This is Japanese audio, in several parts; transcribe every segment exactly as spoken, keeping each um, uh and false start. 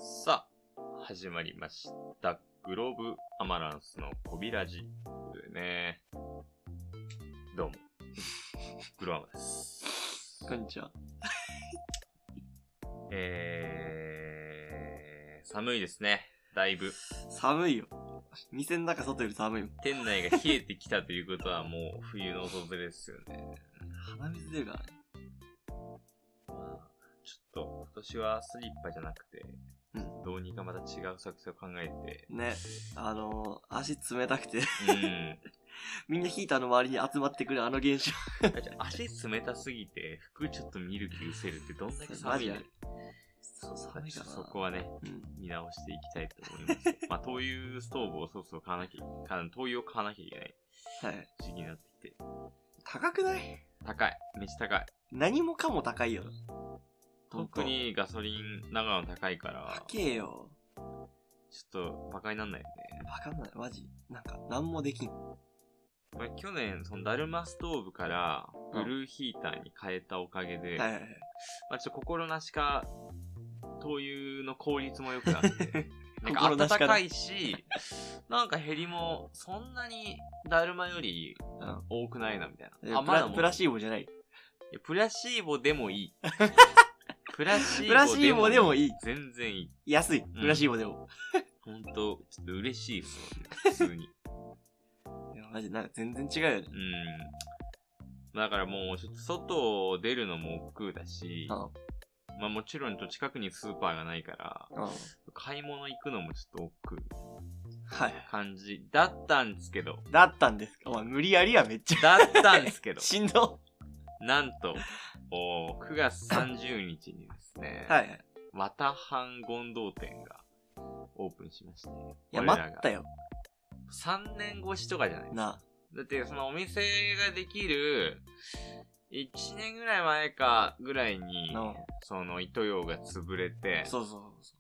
さあ、始まりました。グローブアマランスのコビラジというね。どうも。グロアマです。 こんにちは。 えー、寒いですね。だいぶ。 寒いよ。店の中外より寒いもん。 店内が冷えてきたということはもう冬の訪れですよね。 鼻水出るからね。 まあ、ちょっと今年はスリッパじゃなくて、 うん、 どうにかまた違う作戦を考えて。 ね、あのー、足冷たくて。 うん。 みんなヒーターの周りに集まってくるあの現象。 足冷たすぎて、服ちょっとミルキー失せるってどんだけ寒いの？ そう、寒いかな。 そこはね、うん、見直していきたいと思います。まあ、灯油ストーブをそろそろ買わなきゃ、灯油を買わなきゃいけない時期になってきて。はい、 高くない？ 高い。めっちゃ高い。 何もかも高いよ。 特にガソリン、長野高いから。 高えよ。 ちょっと、バカになんないよね。 バカになんない。マジ。なんか、なんもできん。 これ去年、そのダルマストーブから、ブルーヒーターに変えたおかげで、うん、はいはいはい。まあちょっと心なしか、灯油の効率も良くなって、なんか暖かいし、なんか減りもそんなにだるまより多くないなみたいな。 うん、あ、まだプラシーボじゃない。 いやプラシーボでもいい。プラシーボでもいい。 全然いい。 安い。プラシーボでも。 ほんと、ちょっと嬉しいっすもんね。普通に。 いや、マジなんか全然違うよね。 うん。だからもう、ちょっと外出るのも億劫だし、ああまあもちろんと近くにスーパーがないから、ああ買い物行くのもちょっと億劫。はい。感じだったんですけど。 だったんですか。お前無理やりはめっちゃ。だったんですけど。 しんど。 なんと、おくがつさんじゅうにちにですね、 はい。 綿半権堂店がオープンしまして。いや、待ったよ。 さんねんごしとかじゃないですか。なだってそのお店ができるいちねんぐらい前かぐらいに、その糸用が潰れて、 そうそうそう。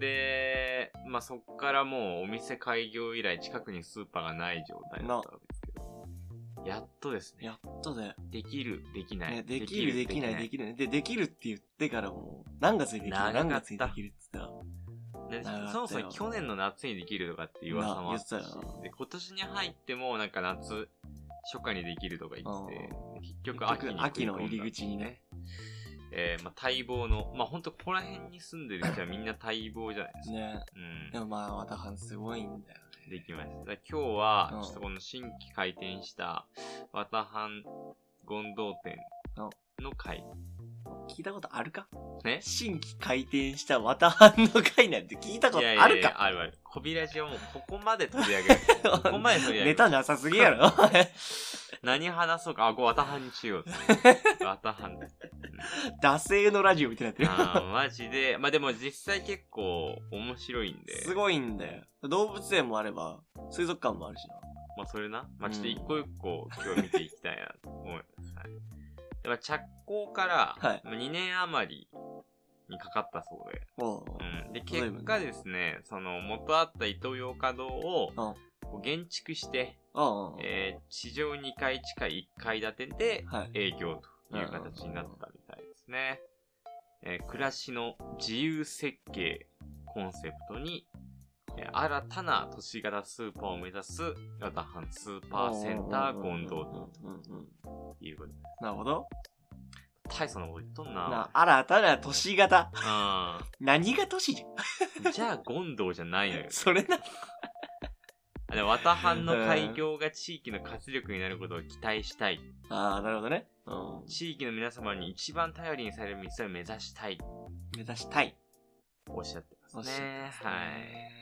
で、まあ、そっからもうお店開業以来近くにスーパーがない状態だったわけですけど、やっとですね。 やっとだよ。 できる、できない。 ね、できる、できない、できない。で、できるって言ってからもう、何月にできる、何月にできるって言ったら。 ね、そもそも去年の夏にできるとかっていう噂もあったし、で、今年に入ってもなんか夏、初夏にできるとか言って、結局秋に秋の入り口にね。 えー、まあ、待望の、まあ、ほんとここら辺に住んでる人はみんな待望じゃないですか。ね。 うん。でもまあ、綿半すごいんだよね。 できました。今日は、ちょっとこの新規開店した綿半権堂店の会。 聞いたことあるかね新規開店した綿半の会なんて聞いたことあるか？いやいやいやあるある。コビラジはもうここまで取り上げる。ここまで取り上げる。 ネタなさすぎやろ何話そうか。あ、こう綿半にしよう。綿半。 惰性のラジオみたいになってる。 ああ、マジで。まあでも実際結構面白いんで。 すごいんだよ。動物園もあれば、水族館もあるしな。 まあそれな。まあちょっと一個一個今日見ていきたいなと思います。はい。でも着工からにねん余りにかかったそうで。はいうん、で、結果ですね、その元あったイトーヨーカドーを減築して、えー、地上にかい地下いっかい建てで営業という形になったみたいですね。えー、暮らしの自由設計コンセプトに、えー、新たな都市型スーパーを目指す綿半スーパーセンター権堂ということです。 なるほど。 大層なこと言っとんな。 な新たな都市型。うん。何が都市じゃん。じゃあ権堂じゃないのよ。 それな。 で綿半の開業が地域の活力になることを期待したい。 ああ、なるほどね。 うん。地域の皆様に一番頼りにされる店を目指したい。 目指したい。 おっしゃってますね。はい。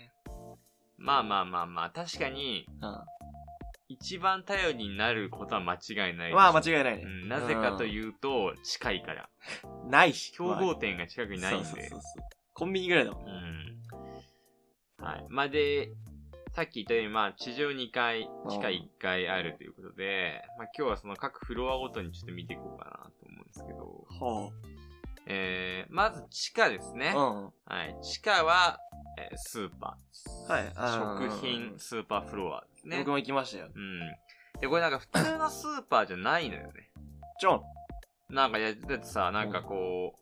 まあまあまあまあ、確かに、うん、一番頼りになることは間違いない。 まあ間違いないね。 うん。なぜかというと、近いから。 ないし。 競合店が近くにないんで。そうそうそうそう。コンビニぐらいだもん。 うん。はい。まあで、さっき言ったように、まあ、地上にかい、地下いっかいあるということで、まあ今日はその各フロアごとにちょっと見ていこうかなと思うんですけど。はあ、えー、まず地下ですね。うん、はい。地下は、えー、スーパー。はい。食品スーパーフロアですね。 僕も行きましたよ。 うん。で、これなんか普通のスーパーじゃないのよね。 ちょん。 なんか、いや、だってさ、なんかこう、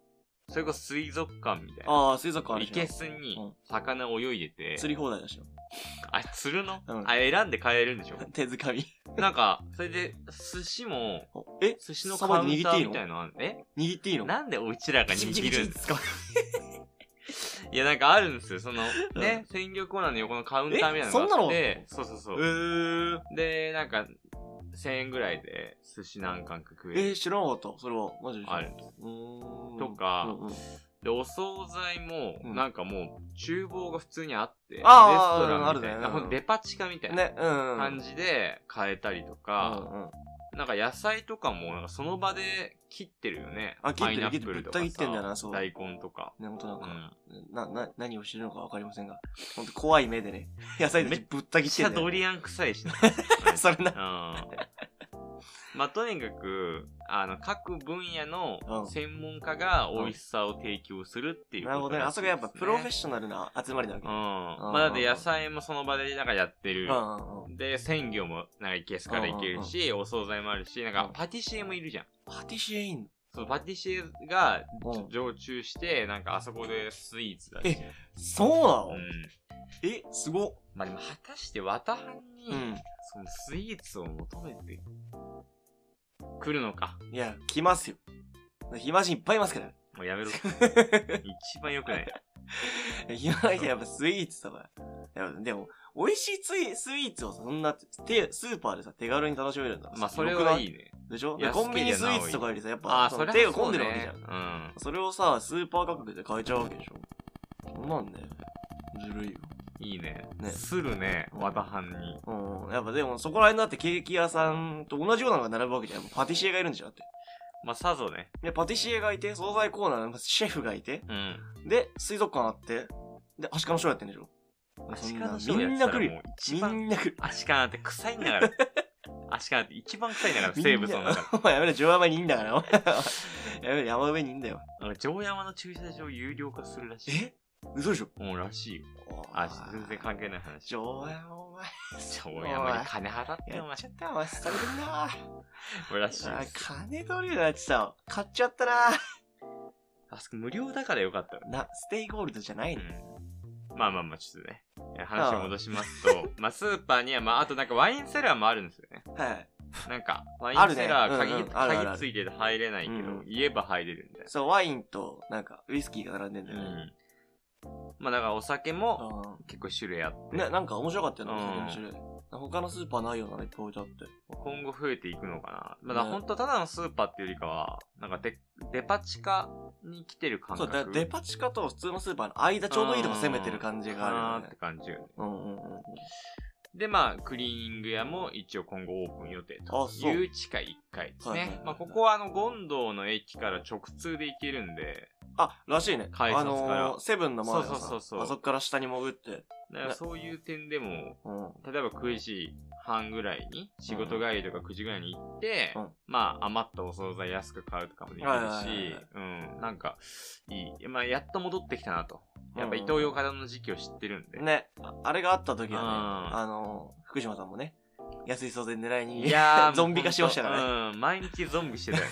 それこそ水族館みたいな。 ああ、水族館あるし。いけすに魚泳いでて。 うん、釣り放題だし。 あ、釣るの、 うん、 あ、選んで買えるんでしょ手づかみ。 なんか、それで、寿司も、 え寿司のカウンターみたいなのある。え握っていいの？ なんでうちらが握るんですか？いや、なんかあるんですよ。その、ね、鮮魚コーナーの横のカウンターみたいなのがあって、そうそうそう。 えー、 で、なんか、せんえんぐらいで寿司何貫か食える。 えー、知らなかった。それは、マジで。 あるんです。うーんとか、うんうん、で、お惣菜も、なんかもう、厨房が普通にあって、うん、レストランみたいな、ね、デパ地下みたいな感じで買えたりとか、うんうん、なんか野菜とかも、なんかその場で切ってるよね。 あ、切ってる、切ってる。ぶった切ってんだよな、そう。 大根とか。 ね、ほんとなんか、うん、な、な、何をしてるのかわかりませんが、ほんと怖い目でね、野菜たちぶった切ってんだよ。 めっちゃドリアン臭いしな。 それな。 うん。まあ、とにかく、あの、各分野の専門家が美味しさを提供するっていうこと、ね、 なるほどね。あそこやっぱプロフェッショナルな集まりなわけ。 うん。まあ、だって野菜もその場でなんかやってる。で、鮮魚もなんかいけすからいけるし、お惣菜もあるし、なんかパティシエもいるじゃん。 パティシエいんの？ そう、パティシエが常駐して、なんかあそこでスイーツだし。 え、そうなの？うん。え、すごっ。 まあでも果たして綿半に、うん、そのスイーツを求めて来るのか。 いや、来ますよ。暇人いっぱいいますから。 もうやめろ。一番良くない。 暇人やっぱスイーツとか。でも、美味しいスイスイーツをそんな、手、スーパーでさ、手軽に楽しめるんだ。 まあ、それはいいね。 でしょ？コンビニスイーツとかよりさ、やっぱ、そ手が込んでるわけじゃん。うん。それをさ、スーパー価格で買えちゃうわけでしょ。そんなんね、ずるいよ。 いいね。ね。するね、綿半に。 うん。やっぱでも、そこら辺だってケーキ屋さんと同じようなのが並ぶわけじゃん。パティシエがいるんでしょだって。 まあ、さぞね。 で、パティシエがいて、惣菜コーナーのシェフがいて、うん。で、水族館あって、で、アシカのショーやってんでしょ。 アシカのショーやってたらもう一番、みんな来る。アシカなんて臭いんだから。アシカなんて一番臭いんだから、生物の中で。 お前やめろ、城山にいいんだから。やめろ、山上にいいんだよ。 城山の駐車場有料化するらしい。 え？嘘でしょ？ もうらしいよ。あ、全然関係ない話。 城山お前。 城山に金払ってお前。 ちゃった、お前、それでな。 俺らしい。 金取るようになってた。買っちゃったな。 あそこ無料だからよかったよ。 な、ステイゴールドじゃないの？ まあまあまあ、ちょっとね。話を戻しますと、まあスーパーには、まああとなんかワインセラーもあるんですよね。はい。なんか、ワインセラー鍵、鍵ついてて入れないけど、言えば入れるんだよ。 そう、ワインと、なんか、ウイスキーが並んでんだよね。 まあだからお酒も結構種類あって。 ね、なんか面白かったよな、お酒の種類。他のスーパーないようなのいっぱい置いてあって。 今後増えていくのかな。まだほんとただのスーパーっていうよりかは、なんかデ、デパ地下に来てる感覚。 そう、デパ地下と普通のスーパーの間ちょうどいいとこ攻めてる感じがあるよね。 あーって感じよね。うんうんうん。で、まあ、クリーニング屋も一応今後オープン予定という地下いっかいですね。まあ、ここはあの、権堂の駅から直通で行けるんで。 あ、らしいね。 改札から。あのー、セブンの前のさ、 そうそうそうそう。 あそこから下に潜って。 だからそういう点でも、うん、例えばくじはんぐらいに仕事帰りとかくじぐらいに行って、うん、まあ余ったお惣菜安く買うとかもできるし、うん、なんかいい。まあやっと戻ってきたなと。やっぱイトーヨーカドーの時期を知ってるんで。 ね。あれがあった時はね、あのー、福島さんもね、安い惣菜狙いに、 いやゾンビ化しましたからね。うん、毎日ゾンビしてたよね。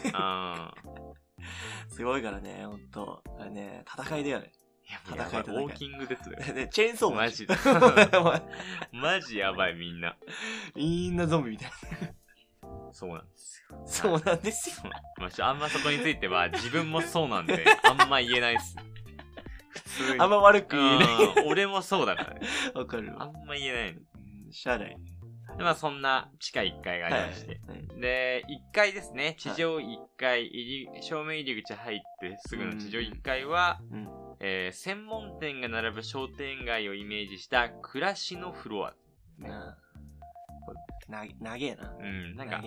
うん。すごいからね、ほんと。あれね、戦いだよね。 いや、戦いだよ。ウォーキングデッドだよ。 ね、チェーンソーマジで。マジやばい、みんな。 みんなゾンビみたいな。そうなんですよ。 そうなんですよ。 まあ、あんまそこについては自分もそうなんで、あんま言えないっす。普通に。 あんま悪く言えない。 俺もそうだからね。 わかるわ。 あんま言えないの。 うん、しゃあない。 で、まあそんな地下いっかいがありまして。はいはい、で、いっかいですね。地上いっかい、入り正面入り口入ってすぐの地上いっかいは、うん、えー、専門店が並ぶ商店街をイメージした暮らしのフロア。ね、 な、なげえな。 うん、なんか、うん、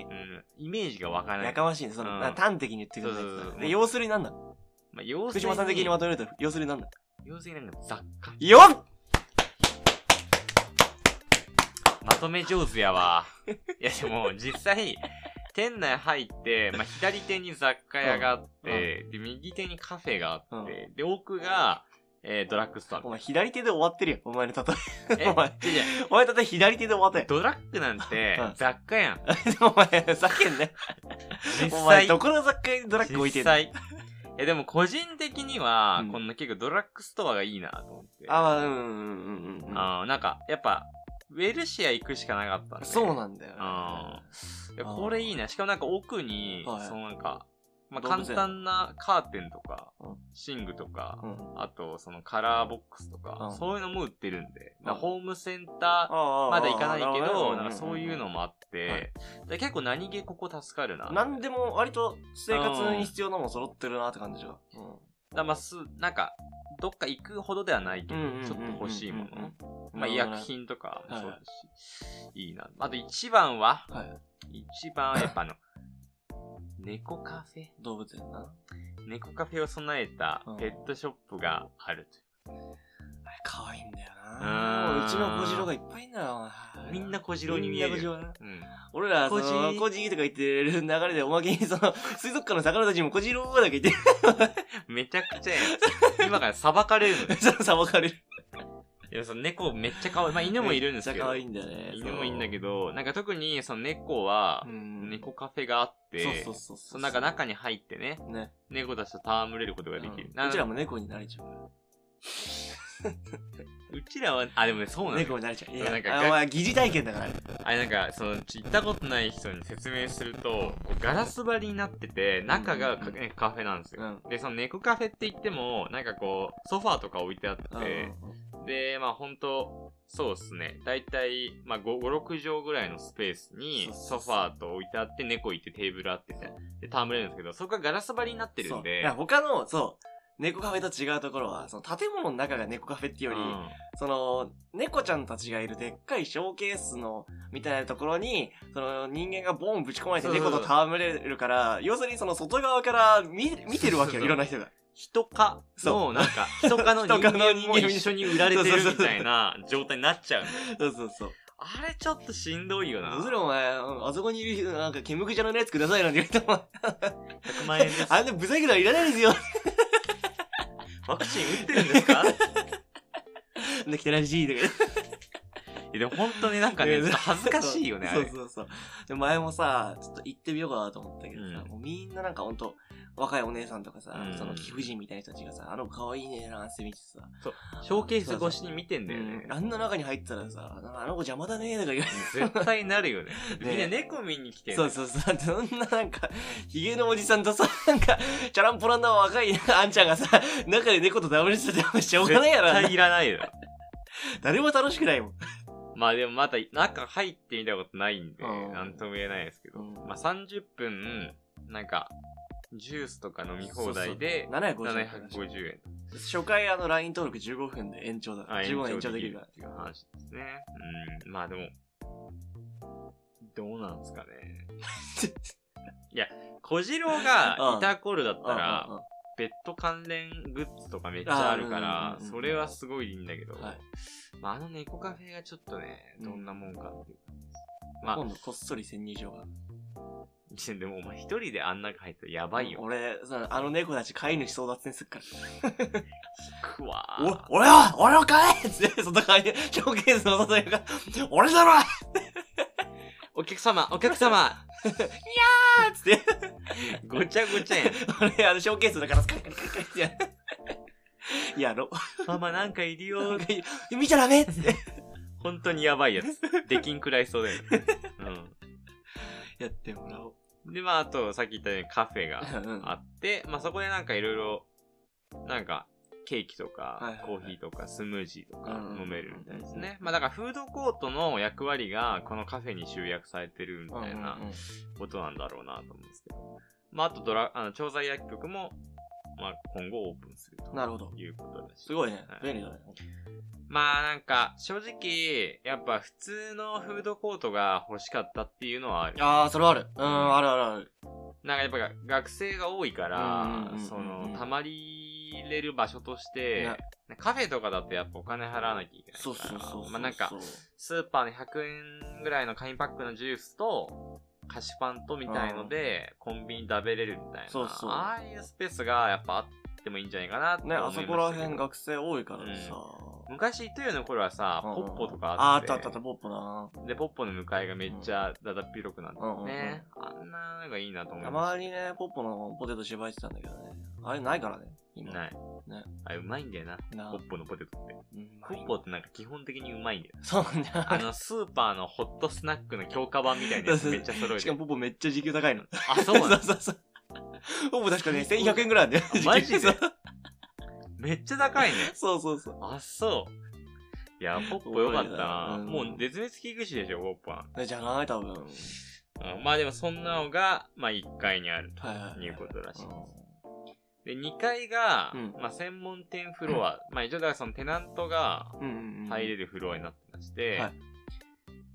イメージがわからない。 やかましいね。その、うん、端的に言ってください。そうそうそうで、要するになんだ、 まあ、要するに。 福島さん的にまとめると、要するになんだ要するになんか雑貨。 よっまとめ上手やわ。いやでも実際、店内入って、まあ、左手に雑貨屋があって、うん、で、右手にカフェがあって、うん、で、奥が、えー、ドラッグストア。 お前左手で終わってるよ、お前の例え。 えお前、お前例え左手で終わったよ。 ドラッグなんて、雑貨やん。 お前、ふざけんね。実際。お前、どこの雑貨にドラッグ置いてんの？実際。 え、でも個人的には、うん、こんな結構ドラッグストアがいいなと思って。 ああ、うんうんうんうん。 ああ、なんか、やっぱ、ウェルシア行くしかなかったんで。 そうなんだよね。 ああ。これいいな。しかもなんか奥に、はい、そのなんか、まあ、簡単なカーテンとか、うん、寝具とか、うん、あとそのカラーボックスとか、うん、そういうのも売ってるんで、うん、ホームセンターまだ行かないけど、なんかそういうのもあって、で結構何気ここ助かるな。 なんでも割と生活に必要なもの揃ってるなって感じが。うん、 だまあす、なんか、どっか行くほどではないけど、ちょっと欲しいもの。まあ医薬品とかもそうだし、はい、いいな。あと一番は、はい、一番はやっぱあの、猫カフェ動物園な。 猫カフェを備えたペットショップがあるという。 あれ可愛いんだよな。うちの小次郎がいっぱいいんだよ。 みんな小次郎に見える。 みんな小次郎な。うん。俺ら、その、小次とか言ってる流れでおまけにその、水族館の魚たちも小次郎だけ言ってる。 めちゃくちゃやん。今から裁かれるの。 そう、裁かれる。 いや、その猫めっちゃ可愛い。まあ犬もいるんですけど。 めっちゃ可愛いんだよね。 犬もいいんだけど、なんか特にその猫は、猫カフェがあって、そうそうそうそう。なんか中に入ってね、ね猫たちと戯れることができる。 うん、うちらも猫になれちゃう。 うちらは、あ、でもね、そうなんだ。 猫になれちゃう。いや、なんか、あ、まあ、疑似体験だから。 あれなんか、その、行ったことない人に説明すると、こうガラス張りになってて、中が、うんうん、カフェなんですよ、うん。で、その猫カフェって言っても、なんかこう、ソファーとか置いてあって、うん、で、まあほんと、そうですね。だいたい、まあご、ろく畳ぐらいのスペースに、ソファーと置いてあって、猫いてテーブルあって、で、戯れるんですけど、そこがガラス張りになってるんで。 いや、他の、そう。猫カフェと違うところは、その建物の中が猫カフェっていうより、うん、その、猫ちゃんたちがいるでっかいショーケースの、みたいなところに、その人間がボンぶち込まれて猫と戯れるから、要するにその外側から見、見てるわけよ、いろんな人が。 人かの、なんか、人かの人間も一緒に売られてるみたいな状態になっちゃう。 そうそうそう。 あれちょっとしんどいよな。 どうするお前、あそこにいる人、なんか、ケムクジャラのやつくださいなんて言っても。ひゃくまんえんです。 あんなブサイクはいらないですよ。 ワクチン打ってるんですかできてらしいとか。 でも本当になんかね、ちょっと恥ずかしいよね、あれ。 そうそうそう。で前もさ、ちょっと行ってみようかなと思ったけどさ、うん、もうみんななんかほんと、若いお姉さんとかさ、うん、その貴婦人みたいな人たちがさ、あの可愛いねーなんて見てさ。 そう。ショーケース越しに見てんだよね。 うん、あんな中に入ったらさ、あの子邪魔だねーとか言われて。絶対なるよね。みんな猫見に来てる。 そうそうそう。そんななんか、ヒゲのおじさんとさ、なんか、チャランポランな若いあんちゃんがさ、中で猫とダブルしててもしょうがないやろ。 絶対いらないよ。 誰も楽しくないもん。 まあでもまた中入ってみたことないんで、なんとも言えないですけど、うん、まあさんじゅっぷん、なんか、ジュースとか飲み放題で、ななひゃくごじゅうえん。 初回あの ライン 登録じゅうごふんで延長だ。じゅうごふん延長できるから。っていう話ですね。うん。まあでも、どうなんすかね。いや、小次郎がいた頃だったら、ペット関連グッズとかめっちゃあるから、それはすごいいいんだけど、はい、まあ、あの猫カフェがちょっとね、どんなもんかっていう感じです。 まあ、今度こっそり潜入しようかな。 でもお前一人であん中入ったらやばいよ。 俺、あの猫たち飼い主争奪戦すっから。 引くわー。お、俺は俺を飼えっつって、外側に、ショーケースの外側が、俺だろお客様、お客様いやーっつって。 ごちゃごちゃやん。 俺、あの、ショーケースだから、カリカリカリカリってやる。やろ。 ママなんかいるよー。 見ちゃダメっつって。 本当にやばいやつ。できんくらいそうだよ。うん。 やってもらおう。 で、まあ、あと、さっき言ったようにカフェがあって、うん、まあそこでなんかいろいろ、なんか、ケーキとか、はいはいはい、コーヒーとか、スムージーとか飲めるみたいですね。まあだからフードコートの役割がこのカフェに集約されてるみたいなことなんだろうなと思うんですけど。まああとドラ、あの、調剤薬局も、まあ今後オープンすると。 なるほど。 いうことだし。 すごいね。はい、便利だね。 まあなんか、正直、やっぱ普通のフードコートが欲しかったっていうのはある。 ああ、それはある。うん、あるあるある。 なんかやっぱ学生が多いから、その、たまり入れる場所として、ね、カフェとかだとやっぱお金払わなきゃいけないから。そうそうそうそう。まあなんか、スーパーのひゃくえんぐらいの紙パックのジュースと、菓子パンとみたいので、コンビニ食べれるみたいな。そうそう。ああいうスペースがやっぱあってもいいんじゃないかなって思いましたけど。ね、 あそこら辺学生多いからさ。 うん、昔、トヨの頃はさ、ポッポとかあって。あ、あったあった、ポッポな。 で、ポッポの向かいがめっちゃだだっ広くなってね。あんなのがいいなと思いました。 たまにね、ポッポのポテト縛ってたんだけどね。 あれないからね。今ない。 ね。 あれうまいんだよな。なポッポのポテトって。うん、ポッポってなんか基本的にうまいんだよ。 そうね。 あの、スーパーのホットスナックの強化版みたいなやつめっちゃ揃えてる。 しかもポッポめっちゃ時給高いの。 あ、そうなのそうそうそう。ポッポ確かね、せんひゃくえんぐらいあるんだよ。 マジでめっちゃ高いね。 そうそうそう。 あ、そう。いや、ポッポよかったな、うん、もう絶滅危惧種でしょ、ポッポは。 じゃない、多分。うん、 まあでもそんなのが、まあいっかいにあるということらしいです。はいはいはい、で、にかいが、うん、まあ専門店フロア。うん、まあ一応だからそのテナントが入れるフロアになってまして、はい、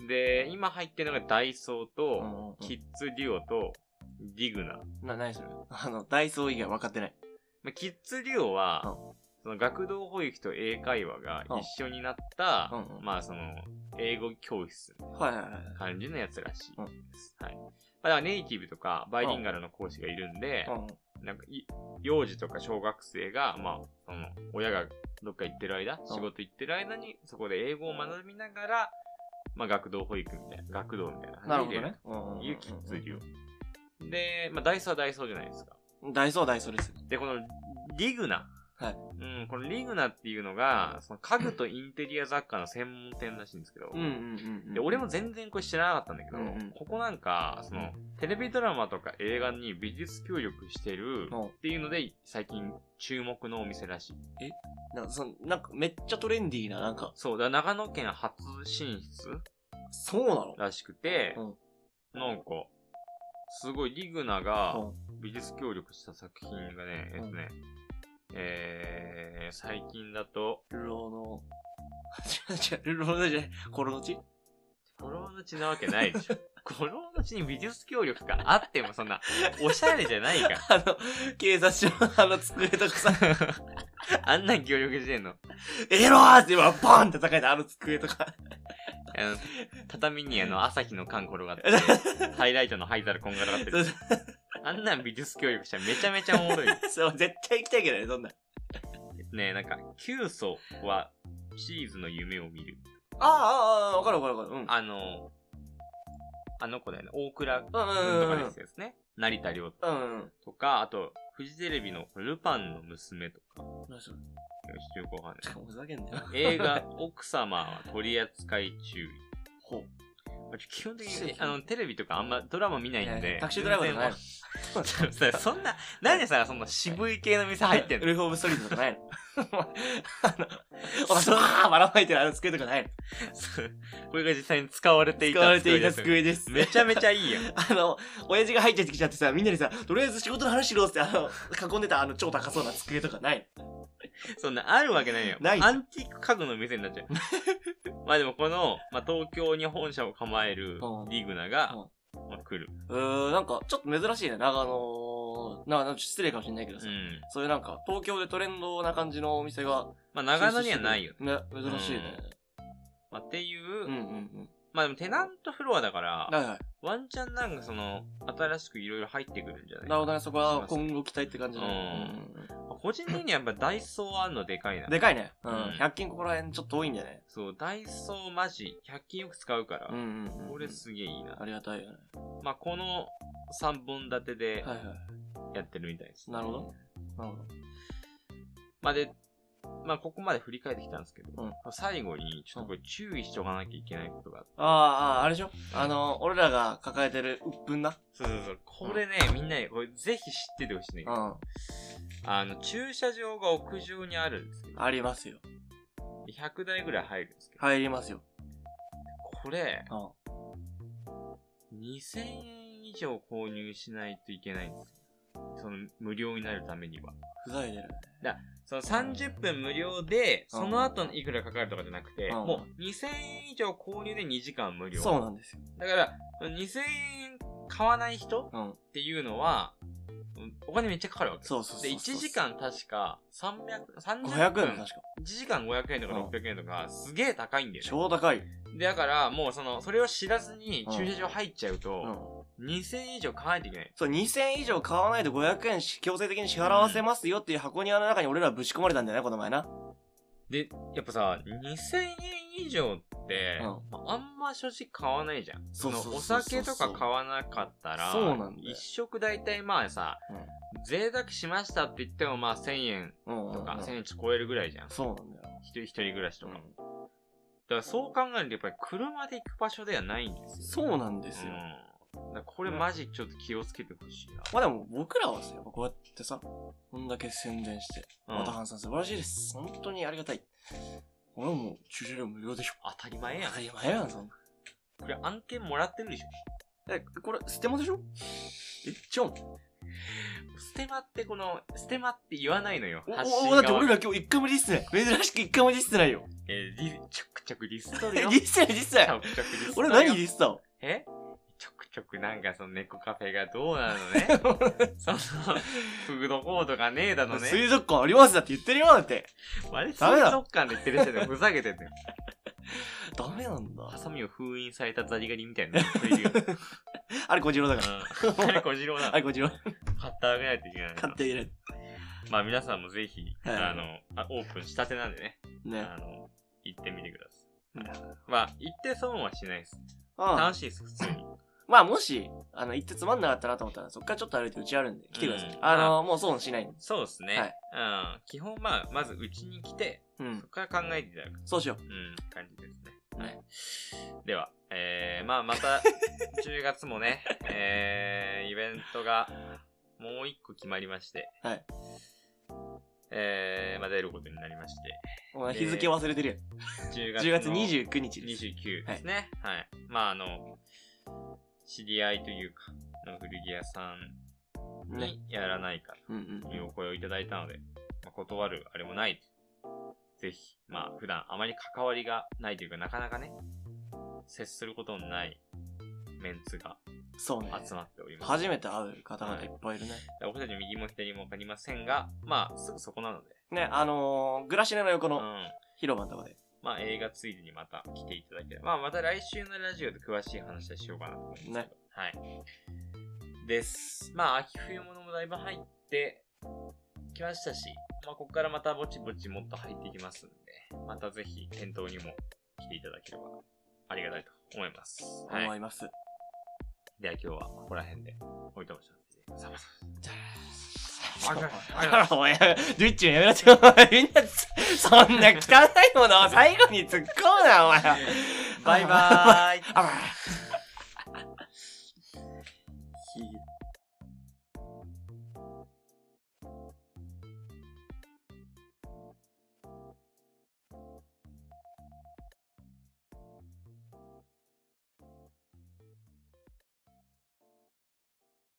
で、今入ってるのがダイソーと、キッズデュオと、ディグナ。 な、なにそれあの、ダイソー以外分かってない。 まあ、キッズデュオは、うんその学童保育と英会話が一緒になった、うんうん、まあその、英語教室の感じのやつらしいです。はいはいはい。はい。まあだからネイティブとかバイリンガルの講師がいるんで、うん、なんか幼児とか小学生が、まあ、その、親がどっか行ってる間、仕事行ってる間に、そこで英語を学びながら、まあ学童保育みたいな、学童みたいな感じで、ね、いうキッズデュオ。で、まあダイソーはダイソーじゃないですか。 ダイソーはダイソーです。 で、このディグナ。はい。うん、このリグナっていうのが、その家具とインテリア雑貨の専門店らしいんですけど、うんうんうんうん、で俺も全然これ知らなかったんだけど、うんうん、ここなんか、その、テレビドラマとか映画に美術協力してるっていうので、最近注目のお店らしい。 えなんかその、なんかめっちゃトレンディーな、なんか。 そう、だ長野県初進出そうなのらしくて、うん、なんか、すごいリグナが美術協力した作品がね、うん、えっとね、えー、最近だと、 ルローの、違う違う、ルローのじゃない、コロのちコロのちなわけないでしょ。コロのちに美術協力があってもそんな、おしゃれじゃないから。 あの、警察署のあの机とかさ、 あんなん協力してんの。 えろーって今、バーンって叩いたあの机とか。 あの、畳にあの、朝日の缶転がって、ハイライトの灰皿こんがらがってる。あんなん美術協力したらめちゃめちゃおもろい。 そう、絶対行きたいけどね、そんな。 ねえ、なんか、キュウソはチーズの夢を見る。 ああ、ああ、わかるわかるわかる。 うん。あの、あの子だよね、大倉君とかですですね。成田凌とか、あと、フジテレビのルパンの娘とか。 何それ？ よくわかんない。 ふざけんなよ。 映画、奥様は取り扱い注意。ほう。基本的に、あの、テレビとかあんまドラマ見ないんで。 タクシードライバーじゃないのそんな、なんでさ、そんな渋い系の店入ってんの？ ウルフ・オブ・ストリートとかないのあの、お前、ばーばらまいてるあの机とかないのこれが実際に使われていた使われていた机です。 めちゃめちゃいいやん。 あの、親父が入ってきちゃってさ、みんなにさ、とりあえず仕事の話しろって、あの、囲んでたあの超高そうな机とかないのそんな、あるわけないよ。ない。アンティーク家具の店になっちゃう。まあでもこの、まあ東京に本社を構えるリグナが、うんまあ、来る。 うーん、なんかちょっと珍しいね。長野、長野、失礼かもしれないけどさ。うん、そういうなんか、東京でトレンドな感じのお店が。 まあ長野にはないよね。ね、珍しいね。 うん、まあっていう、うんうんうん。まあでもテナントフロアだから、はいはい、ワンチャンなんかその、新しくいろいろ入ってくるんじゃないかな。 なるほどね、そこは今後期待って感じだね。うん。個人的にはやっぱダイソーあるのでかいな。 でかいね。うん。ひゃく均ここら辺ちょっと多いんだよね。 そう、ダイソーマジ、ひゃく均よく使うから、うんうんうん、これすげえいいな。 ありがたいよね。 まあこのさんぼん立てで、やってるみたいです、 ね。はいはい。なるほど。なるほど。 まあで、まあ、ここまで振り返ってきたんですけど、うん、最後に、ちょっとこれ注意しておかなきゃいけないことがあって。 ああ、ああれでしょあの、俺らが抱えてる鬱憤な。 そうそうそう。これね、うん、みんなに、これぜひ知っててほしいんだけど、うん、あの、駐車場が屋上にあるんですよ。 ありますよ。 ひゃくだいぐらい入るんですけど。 入りますよ。 これ、うん、にせんえん以上購入しないといけないんですよ。その、無料になるためには。 ふざけてるね。 だそのさんじゅっぷん無料で、その後いくらかかるとかじゃなくて、うん、もうにせんえん以上購入でにじかん無料。 そうなんですよ。 だから、にせんえん買わない人、うん、っていうのは、お金めっちゃかかるわけ。 そうそうそうそう。 で、いちじかん確かさんびゃく、さんじゅっぷん。 ごひゃくえん確か。 いちじかんごひゃくえんとかろっぴゃくえんとか、すげえ高いんだよね。 超高い。 で、だから、もうその、それを知らずに駐車場入っちゃうと、うん、にせんえん以上買わないといけない。 そう、にせんえん以上買わないとごひゃくえん強制的に支払わせますよっていう箱庭の中に俺らぶち込まれたんだよね、この前な。 で、やっぱさ、にせんえん以上って、うん、あんま正直買わないじゃん。その、お酒とか買わなかったら、そうなんだよ。一食だいたいまあさ、 贅沢しましたって言ってもまあせんえんとか、せんえんちょっと超えるぐらいじゃん。 そうなんだよ。 一人一人暮らしとか。うん、だからそう考えるとやっぱり車で行く場所ではないんですよ、ね。 そうなんですよ。 うん、だこれマジちょっと気をつけてほしいな。 まあでも僕らはさ、やっぱこうやってさ、こんだけ宣伝して、またハンさん素晴らしいです。本当にありがたい。俺はもう駐車料無料でしょ。 当たり前やん。 当たり前やん、そんな。 これ案件もらってるでしょ。 え、これ、ステマでしょ？え、違うの？ ステマってこの、ステマって言わないのよ。 発信が。お、だって俺ら今日一回もディスってない。珍しく一回もディスってないよ。 えー、ディちょくちょくディスっとるよ。 ディスない、ディスない。 ちょくちょくディスっとるよ。 俺何ディスったの？ えちょくちょくなんかその猫カフェがどうなのね。その、フードコートがねえだのね。 水族館ありますだって言ってるよ、だって。 あれ水族館で言ってる人でふざけてんねん。 ダメなんだ。 ハサミを封印されたザリガニみたいなのいるよ。 あれ小次郎だから。 あれ小次郎だ。 あれ小次郎。 買ってあげないといけない。 買ってあげない。 まあ皆さんもぜひ、はい、あのあ、オープンしたてなんでね。 ね。 あの、行ってみてください。うん、まあ、行って損はしないです。楽しいです、普通に。 まあもし、あの、行ってつまんなかったなと思ったら、そっからちょっと歩いてうちあるんで、来てください。うん、あの、もう損しないんで。 そうですね。はい。うん。基本まあ、まずうちに来て、うん、そこから考えていただく。 そうしよう。 うん、感じですね。はい。では、えー、まあまた、じゅうがつもね、えー、イベントがもう一個決まりまして、 はい。 えー、まあ出ることになりまして。 お前日付忘れてるやん。じゅうがつにじゅうくにちです。 にじゅうくですね。はい。はい、まああの、知り合いというか、の古着屋さんにやらないかというお声をいただいたので、まあ、断るあれもないと。ぜひ、まあ普段あまり関わりがないというか、なかなかね、接することのないメンツがそうね集まっております。 初めて会う方々いっぱいいるね。 はい、僕たち右も左もわかりませんが、まあすぐそこなので。 ね、あのー、グラシネの横の広場のとこで。 うん、まあ映画ついでにまた来ていただければ。まあまた来週のラジオで詳しい話はしようかなと思いますけど。ね。はい。です。まあ秋冬物もだいぶ入ってきましたし、まあここからまたぼちぼちもっと入っていきますんで、またぜひ店頭にも来ていただければありがたいと思います。 はい、思います。 では今日はここら辺でおいとましょう。さまさま。おい、ドゥッチやめろって、お前みんな、そんな汚いものを最後に突っ込むな、お前。 バイバーイ。